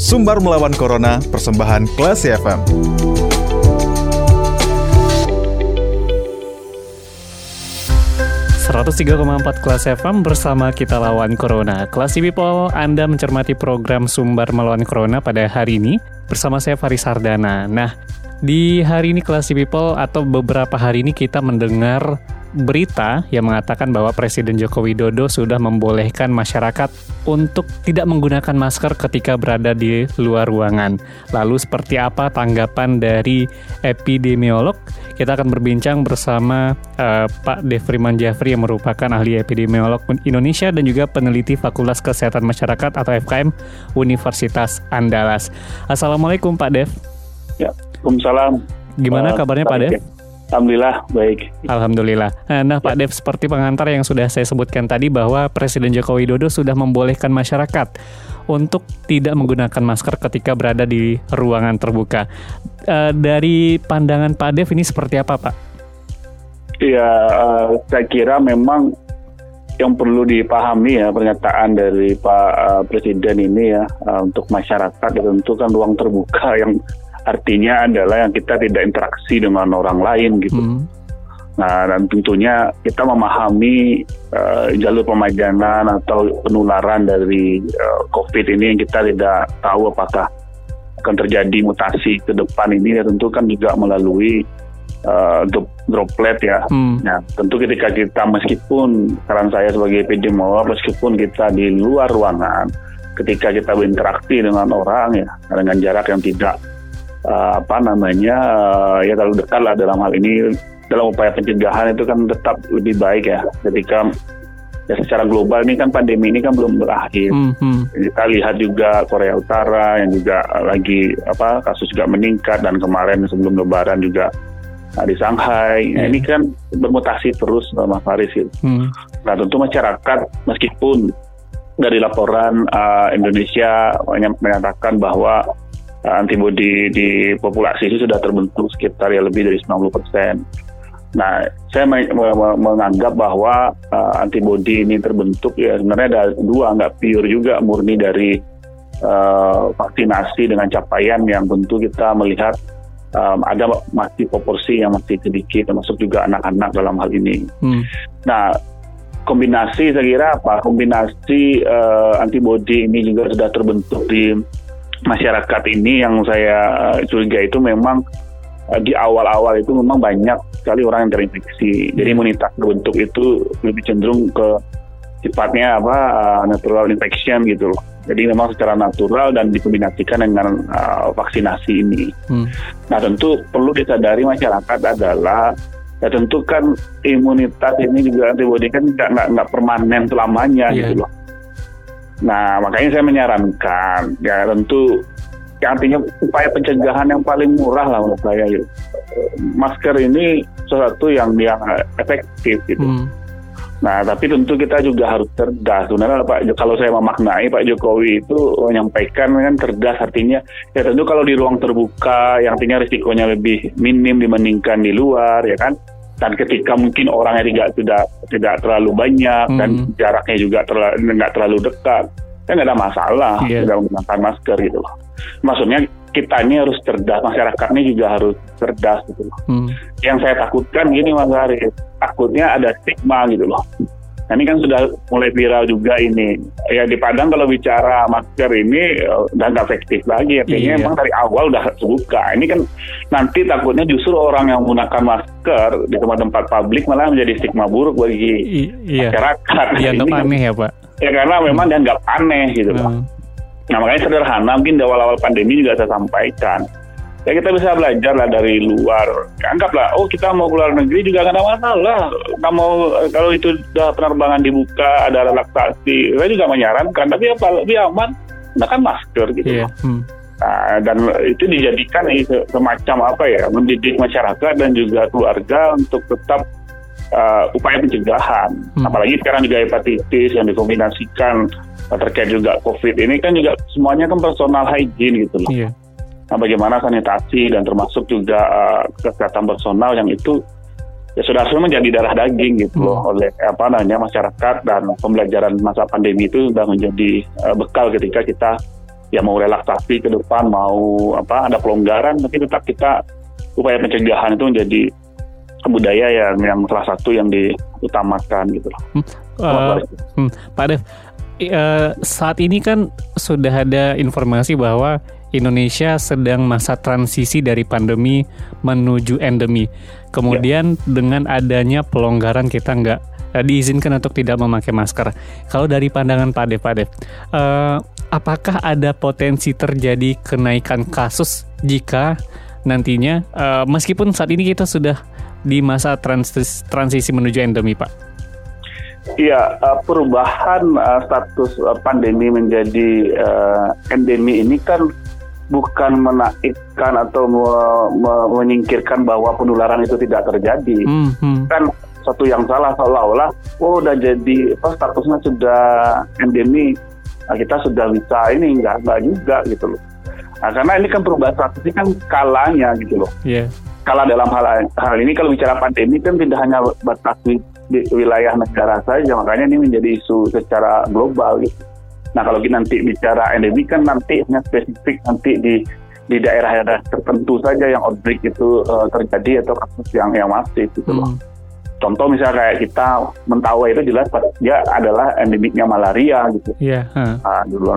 Sumbar Melawan Corona, persembahan Klasi FM. Klasi FM bersama kita lawan Corona. Klasi People, Anda mencermati program Sumbar Melawan Corona pada hari ini bersama saya Faris Sardana. Nah, di hari ini Klasi People atau beberapa hari ini kita mendengar berita yang mengatakan bahwa Presiden Joko Widodo sudah membolehkan masyarakat untuk tidak menggunakan masker ketika berada di luar ruangan. Lalu seperti apa tanggapan dari epidemiolog? Kita akan berbincang bersama Pak Devriman Jafri yang merupakan ahli epidemiolog Indonesia dan juga peneliti Fakultas Kesehatan Masyarakat atau FKM Universitas Andalas. Assalamualaikum Pak Dev. Ya, Waalaikumsalam. Gimana kabarnya Pak Dev? Alhamdulillah, baik. Alhamdulillah. Nah Pak Dev, seperti pengantar yang sudah saya sebutkan tadi bahwa Presiden Joko Widodo sudah membolehkan masyarakat untuk tidak menggunakan masker ketika berada di ruangan terbuka. Dari pandangan Pak Dev ini seperti apa Pak? Ya, saya kira memang yang perlu dipahami ya pernyataan dari Pak Presiden ini ya untuk masyarakat tentu kan ruang terbuka yang artinya adalah yang kita tidak interaksi dengan orang lain gitu. Nah, dan tentunya kita memahami jalur pemajanan atau penularan dari COVID ini yang kita tidak tahu apakah akan terjadi mutasi ke depan ini ya tentu kan juga melalui droplet ya. Nah, tentu ketika kita meskipun saran saya sebagai epidemiolog meskipun kita di luar ruangan, ketika kita berinteraksi dengan orang ya dengan jarak yang tidak ya terlalu dekat lah dalam hal ini dalam upaya pencegahan itu kan tetap lebih baik ya ketika ya secara global ini kan pandemi ini kan belum berakhir. Kita lihat juga Korea Utara yang juga lagi kasus juga meningkat dan kemarin sebelum Lebaran juga di Shanghai. Nah, ini kan bermutasi terus Mas Faris gitu. Nah tentu masyarakat meskipun dari laporan Indonesia menyatakan bahwa antibodi di populasi itu sudah terbentuk sekitar ya lebih dari 90%. Nah, saya menganggap bahwa antibodi ini terbentuk ya sebenarnya ada dua, nggak pure juga murni dari vaksinasi dengan capaian yang tentu kita melihat ada masih proporsi yang masih sedikit, termasuk juga anak-anak dalam hal ini. Nah, kombinasi saya kira kombinasi antibodi ini juga sudah terbentuk di masyarakat ini yang saya curiga itu memang di awal-awal itu memang banyak sekali orang yang terinfeksi. Jadi imunitas terbentuk itu lebih cenderung ke sifatnya natural infection gitu loh. Jadi memang secara natural dan dikombinasikan dengan vaksinasi ini. Nah tentu perlu disadari masyarakat adalah ya tentu kan imunitas ini juga antibodi kan nggak permanen selamanya gitu loh. Nah, makanya saya menyarankan, ya tentu, ya artinya upaya pencegahan yang paling murah lah menurut saya. Yuk. Masker ini sesuatu yang efektif gitu. Nah, tapi tentu kita juga harus cerdas. Sebenarnya kalau saya memaknai Pak Jokowi itu menyampaikan kan cerdas artinya, ya tentu kalau di ruang terbuka, yang artinya risikonya lebih minim dibandingkan di luar, ya kan. Dan ketika mungkin orangnya tidak terlalu banyak dan jaraknya juga nggak terlalu dekat, kan nggak ada masalah tidak menggunakan masker gitu loh. Maksudnya kita ini harus cerdas, masyarakat ini juga harus cerdas gitu loh. Yang saya takutkan gini Mas Haris, takutnya ada stigma gitu loh. Nah, ini kan sudah mulai viral juga ini. Ya di Padang kalau bicara masker ini udah nggak efektif lagi. Artinya memang dari awal udah terbuka. Ini kan nanti takutnya justru orang yang menggunakan masker di tempat-tempat publik malah menjadi stigma buruk bagi masyarakat. Iya, itu aneh ya Pak. Ya karena memang dianggap aneh gitu Pak. Nah makanya sederhana mungkin di awal-awal pandemi juga saya sampaikan. Ya kita bisa belajar lah dari luar. Anggaplah, kita mau keluar negeri juga nggak ada masalah. Kalau itu sudah penerbangan dibuka, ada relaksasi, saya juga menyarankan. Tapi lebih aman, gunakan masker gitu. Nah, dan itu dijadikan semacam mendidik masyarakat dan juga keluarga untuk tetap upaya pencegahan. Apalagi sekarang juga hepatitis yang dikombinasikan terkait juga COVID ini kan juga semuanya kan personal hygiene gitu loh. Nah, bagaimana sanitasi dan termasuk juga kesehatan personal yang itu ya sudah menjadi darah daging gitu loh oleh masyarakat, dan pembelajaran masa pandemi itu sudah menjadi bekal ketika kita ya mau relaksasi ke depan, mau ada pelonggaran, tapi tetap kita upaya pencegahan itu menjadi budaya yang salah satu yang diutamakan gitu loh. Pak Dev, saat ini kan sudah ada informasi bahwa Indonesia sedang masa transisi dari pandemi menuju endemi. Kemudian dengan adanya pelonggaran kita nggak diizinkan untuk tidak memakai masker. Kalau dari pandangan Pak Dev, apakah ada potensi terjadi kenaikan kasus jika nantinya, meskipun saat ini kita sudah di masa transisi menuju endemi, Pak? Iya, perubahan status pandemi menjadi endemi ini kan bukan menaikkan atau menyingkirkan bahwa penularan itu tidak terjadi. Kan satu yang salah, seolah-olah udah jadi statusnya sudah endemi, kita sudah bisa ini, enggak juga gitu loh. Nah, karena ini kan perubahan status ini kan skalanya gitu loh. Skala dalam hal ini kalau bicara pandemi kan tidak hanya batas di wilayah negara saja, makanya ini menjadi isu secara global gitu. Nah, kalau nanti bicara endemi kan nanti hanya spesifik nanti di daerah-daerah tertentu saja yang outbreak itu terjadi atau kasus yang masif gitu loh. Contoh misalnya kayak kita Mentawai itu jelas dia adalah endemiknya malaria gitu. Dulu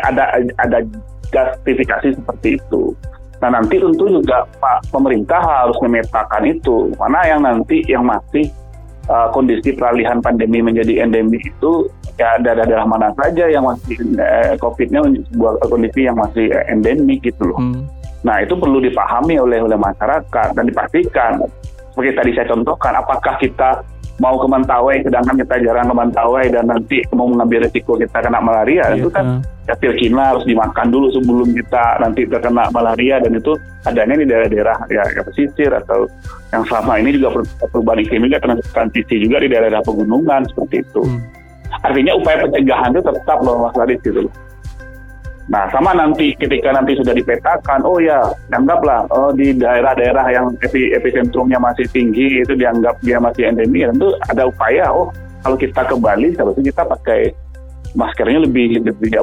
ada justifikasi seperti itu. Nah, nanti tentu juga pemerintah harus memetakan itu mana yang nanti yang masih kondisi peralihan pandemi menjadi endemi itu ya daerah-daerah mana saja yang masih COVID-nya sebuah kondisi yang masih endemik gitu loh. Nah, itu perlu dipahami oleh masyarakat dan dipastikan. Seperti tadi saya contohkan, apakah kita mau ke Mentawai sedangkan kita jarang ke Mentawai dan nanti mau mengambil risiko kita kena malaria, itu kan pilkina harus dimakan dulu sebelum kita nanti terkena malaria, dan itu adanya di daerah-daerah ya pesisir atau yang selama ini juga perubahan iklim juga transisi juga di daerah-daerah pegunungan seperti itu. Artinya upaya pencegahan itu tetap loh Mas Radit gitu loh. Nah, sama nanti ketika nanti sudah dipetakan, anggaplah di daerah-daerah yang episentrumnya masih tinggi itu dianggap dia masih endemi, tentu ada upaya kalau kita ke Bali seharusnya kita pakai maskernya lebih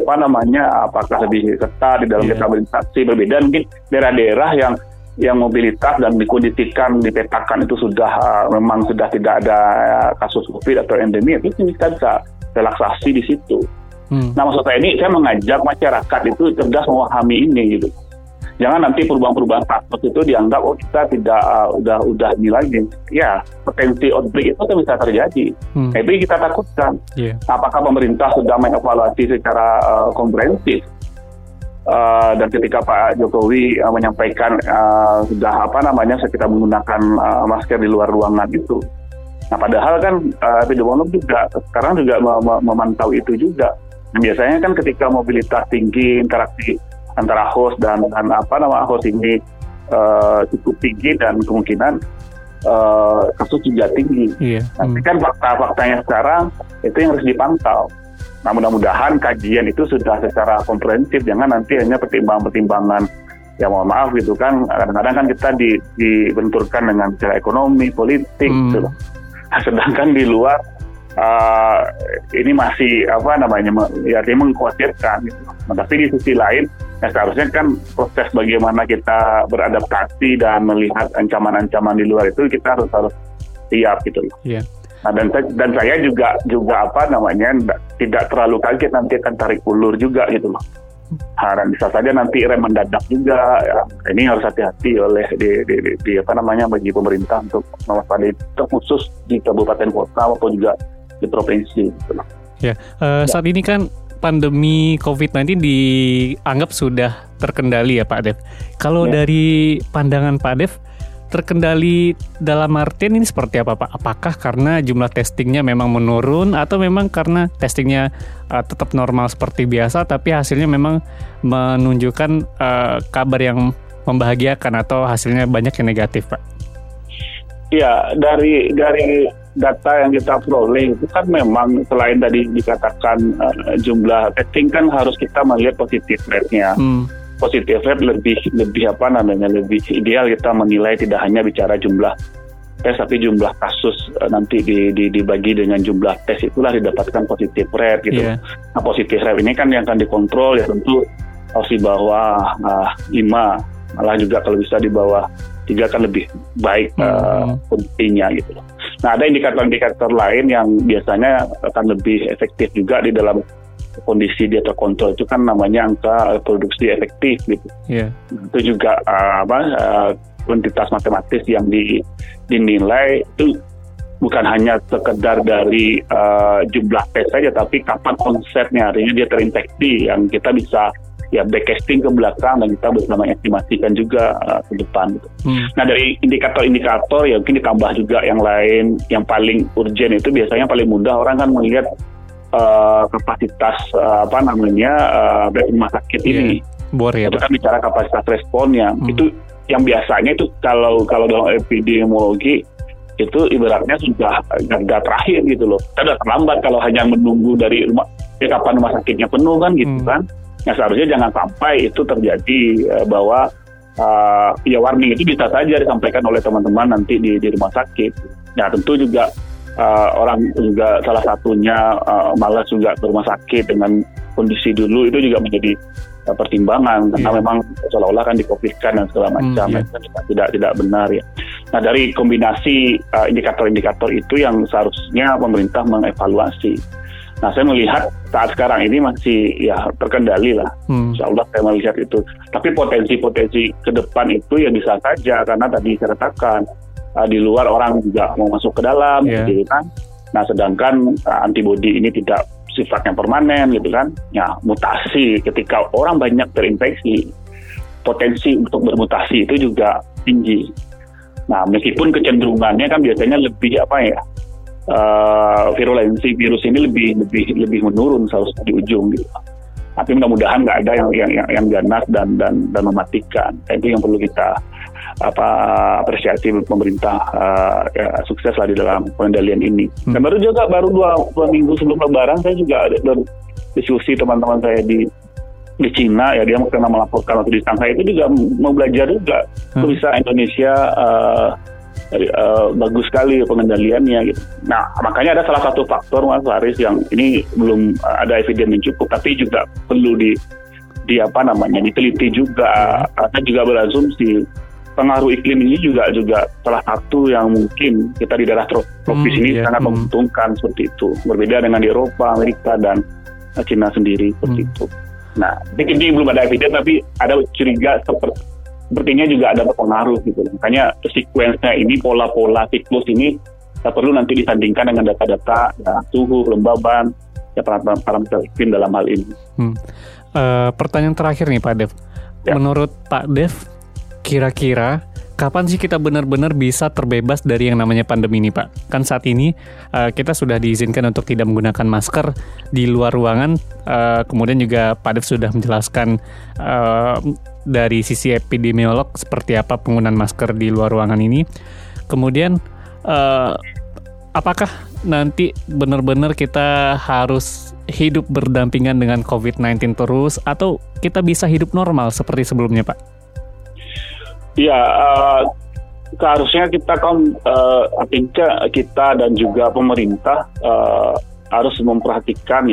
apakah lebih ketat di dalam kita berinteraksi. Berbeda mungkin daerah-daerah yang mobilitas dan dikondisikan dipetakan itu sudah memang sudah tidak ada kasus COVID atau endemi, itu kita bisa relaksasi di situ. Nah, maksud saya ini saya mengajak masyarakat itu cerdas memahami ini gitu. Jangan nanti perubahan-perubahan status itu dianggap kita tidak udah ini lagi. Ya, potensi outbreak itu kan bisa terjadi. Itu kita takutkan. Apakah pemerintah sudah mengevaluasi secara komprehensif? Dan ketika Pak Jokowi menyampaikan sudah kita menggunakan masker di luar ruangan itu. Nah, padahal kan epidemiolog juga sekarang juga memantau itu juga. Biasanya kan ketika mobilitas tinggi, interaksi antara host dan host ini cukup tinggi dan kemungkinan kasus juga tinggi. Tapi kan faktanya sekarang itu yang harus dipantau. Nah, mudah-mudahan kajian itu sudah secara komprehensif, jangan nanti hanya pertimbangan-pertimbangan ya mohon maaf gitu kan, kadang-kadang kan kita dibenturkan dengan secara ekonomi, politik gitu loh. Sedangkan di luar ini masih mengkhawatirkan gitu. Nah, tapi di sisi lain seharusnya kan proses bagaimana kita beradaptasi dan melihat ancaman-ancaman di luar itu kita harus siap gitu. Nah, dan saya juga tidak terlalu kaget nanti akan tarik ulur juga gitu loh. Dan bisa saja nanti rem mendadak juga. Ya. Ini harus hati-hati oleh bagi pemerintah untuk mewaspadai, terkhusus di kabupaten kota maupun juga di provinsi. Gitu. Saat ini kan pandemi COVID-19 dianggap sudah terkendali ya Pak Dev. Kalau dari pandangan Pak Dev, terkendali dalam artian ini seperti apa Pak? Apakah karena jumlah testingnya memang menurun atau memang karena testingnya tetap normal seperti biasa tapi hasilnya memang menunjukkan kabar yang membahagiakan atau hasilnya banyak yang negatif Pak? Ya, dari data yang kita peroleh itu kan memang selain tadi dikatakan jumlah testing kan harus kita melihat positif rate-nya. Positif rate lebih ideal kita menilai tidak hanya bicara jumlah tes tapi jumlah kasus nanti dibagi dengan jumlah tes itulah didapatkan positif rate gitu. Nah, positif rate ini kan yang akan dikontrol ya tentu harus di bawah 5, malah juga kalau bisa di bawah 3 kan lebih baik kondisinya gitu loh. Nah, ada indikator-indikator lain yang biasanya akan lebih efektif juga di dalam kondisi dia terkontrol, itu kan namanya angka produksi efektif gitu. Yeah. Itu juga kuantitas matematis yang dinilai itu bukan hanya sekedar dari jumlah tes saja, tapi kapan onsetnya, artinya dia terinfeksi, yang kita bisa backcasting ke belakang dan kita bisa mengestimasikan juga ke depan gitu. Nah, dari indikator-indikator ya mungkin ditambah juga yang lain, yang paling urgent itu biasanya paling mudah orang kan melihat kapasitas bed rumah sakit ini. Itu kan bicara kapasitas responnya. Itu yang biasanya itu kalau dalam epidemiologi itu ibaratnya sudah garda terakhir gitu loh. Kita sudah terlambat kalau hanya menunggu dari kapan rumah sakitnya penuh kan gitu kan. Nah, seharusnya jangan sampai itu terjadi bahwa warning itu bisa saja disampaikan oleh teman-teman nanti di rumah sakit. Nah, tentu juga orang juga salah satunya malas juga ke rumah sakit dengan kondisi dulu, itu juga menjadi pertimbangan karena memang seolah-olah kan dikovidkan dan segala macam. Itu tidak benar ya. Nah, dari kombinasi indikator-indikator itu yang seharusnya pemerintah mengevaluasi. Nah, saya melihat saat sekarang ini masih terkendali lah. Insya Allah saya melihat itu. Tapi potensi-potensi ke depan itu ya bisa saja, karena tadi saya katakan di luar orang juga mau masuk ke dalam, gitu kan. Nah, sedangkan antibodi ini tidak sifatnya permanen, gitu kan. Ya, mutasi ketika orang banyak terinfeksi, potensi untuk bermutasi itu juga tinggi. Nah, meskipun kecenderungannya kan biasanya lebih virulensi virus ini lebih menurun seharusnya di ujung gitu. Tapi mudah-mudahan nggak ada yang ganas dan mematikan. Itu yang perlu kita apresiasi pemerintah sukses lah di dalam pengendalian ini. Dan baru 2 minggu sebelum Lebaran saya juga ada berdiskusi teman-teman saya di Cina ya, dia pernah melaporkan waktu di Shanghai itu juga mau belajar juga bisa Indonesia bagus sekali pengendaliannya gitu. Nah, makanya ada salah satu faktor Mas Faris yang ini belum ada evidence yang cukup, tapi juga perlu diteliti juga. Kita juga berasumsi pengaruh iklim ini juga salah satu yang mungkin kita di daerah tropis ini sangat menguntungkan seperti itu. Berbeda dengan di Eropa, Amerika dan Cina sendiri seperti itu. Nah, ini belum ada evidence, tapi ada curiga sepertinya juga ada pengaruh gitu. Makanya sequence-nya ini, pola-pola siklus ini perlu nanti disandingkan dengan data-data suhu, kelembaban, parameter iklim dalam hal ini. Pertanyaan terakhir nih Pak Dev. Menurut Pak Dev, kira-kira kapan sih kita benar-benar bisa terbebas dari yang namanya pandemi ini, Pak? Kan saat ini kita sudah diizinkan untuk tidak menggunakan masker di luar ruangan. Kemudian juga Pak Dev sudah menjelaskan dari sisi epidemiolog seperti apa penggunaan masker di luar ruangan ini. Kemudian apakah nanti benar-benar kita harus hidup berdampingan dengan COVID-19 terus, atau kita bisa hidup normal seperti sebelumnya, Pak? Ya, seharusnya kita artinya kita dan juga pemerintah harus memperhatikan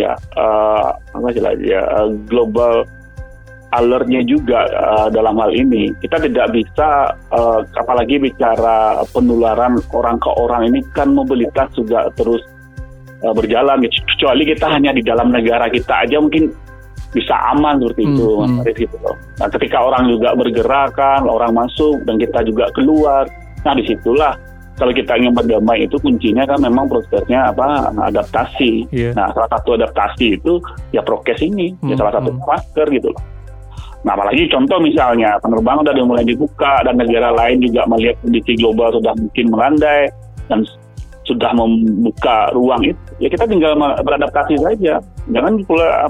global alertnya juga dalam hal ini. Kita tidak bisa, apalagi bicara penularan orang ke orang ini kan mobilitas juga terus berjalan. Kecuali kita hanya di dalam negara kita aja mungkin bisa aman seperti itu, Mas gitu loh. Nah, ketika orang juga bergerak kan, orang masuk dan kita juga keluar. Nah, disitulah kalau kita ingin berdamai itu kuncinya kan memang prosesnya adaptasi. Nah, salah satu adaptasi itu ya prokes ini, ya salah satu masker gitu loh. Nah, apalagi contoh misalnya penerbangan sudah mulai dibuka dan negara lain juga melihat kondisi global sudah mungkin melandai dan sudah membuka ruang itu, ya kita tinggal beradaptasi saja. Jangan pula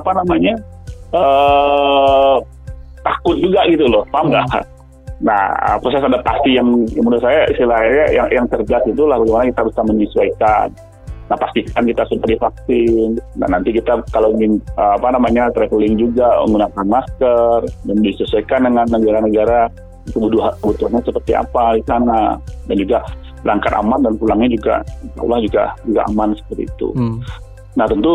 takut juga gitu loh, paham nggak? Nah, proses adaptasi yang menurut saya istilahnya yang cerdas itulah bagaimana kita bisa menyesuaikan. Nah, pastikan kita sudah divaksin. Nah, nanti kita kalau ingin traveling juga menggunakan masker dan disesuaikan dengan negara-negara kebutuhannya seperti apa di sana, dan juga berangkat aman dan pulangnya juga Allah juga aman seperti itu. Nah, tentu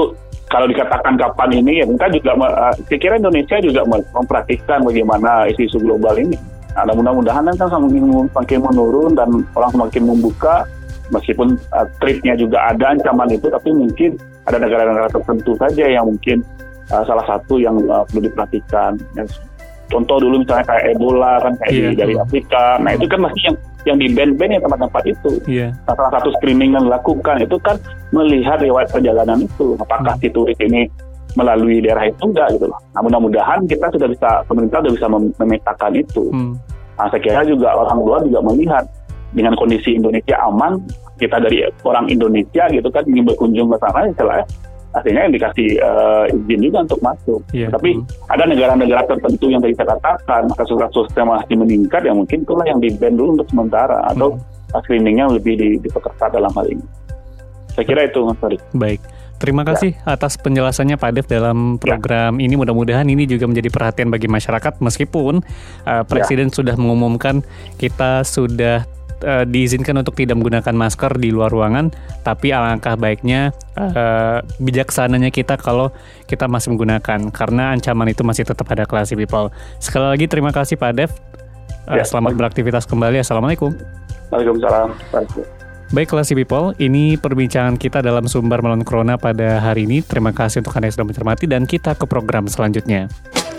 kalau dikatakan kapan ini, ya kita juga, saya kira Indonesia juga memperhatikan bagaimana isu-isu global ini. Nah, mudah-mudahan kan semakin menurun dan orang semakin membuka, meskipun triknya juga ada ancaman itu, tapi mungkin ada negara-negara tertentu saja yang mungkin salah satu yang perlu diperhatikan. Contoh dulu misalnya kayak Ebola kan kayak dari Afrika. Nah itu kan masih yang di ban-ban ya tempat-tempat itu. Nah, salah satu screening yang dilakukan itu kan melihat riwayat perjalanan itu, apakah si turis ini melalui daerah itu enggak gitu loh. Nah mudah-mudahan kita pemerintah sudah bisa memetakan itu. Nah saya kira juga orang luar juga melihat dengan kondisi Indonesia aman, kita dari orang Indonesia gitu kan ingin berkunjung ke sana, artinya yang dikasih izin juga untuk masuk. Tapi ada negara-negara tertentu yang tadi saya katakan kasus-kasusnya masih meningkat, yang mungkin itulah yang di-ban dulu untuk sementara atau screeningnya lebih diperketat dalam hal ini. Saya kira itu, Mas Farid. Baik, terima kasih atas penjelasannya Pak Dev dalam program ini. Mudah-mudahan ini juga menjadi perhatian bagi masyarakat, meskipun Presiden sudah mengumumkan kita sudah diizinkan untuk tidak menggunakan masker di luar ruangan, tapi alangkah baiknya bijaksananya kita kalau kita masih menggunakan, karena ancaman itu masih tetap ada, Classy People. Sekali lagi terima kasih Pak Dev. Selamat beraktivitas kembali. Assalamualaikum. Waalaikumsalam. Baik Classy People, ini perbincangan kita dalam Sumber Melawan Corona pada hari ini. Terima kasih untuk Anda yang sudah mencermati, dan kita ke program selanjutnya.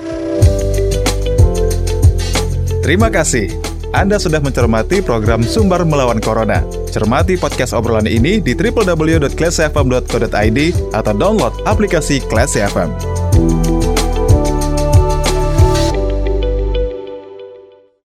Terima kasih. Anda sudah mencermati program Sumber Melawan Corona. Cermati podcast obrolan ini di www.clasyfm.co.id atau download aplikasi Classy FM.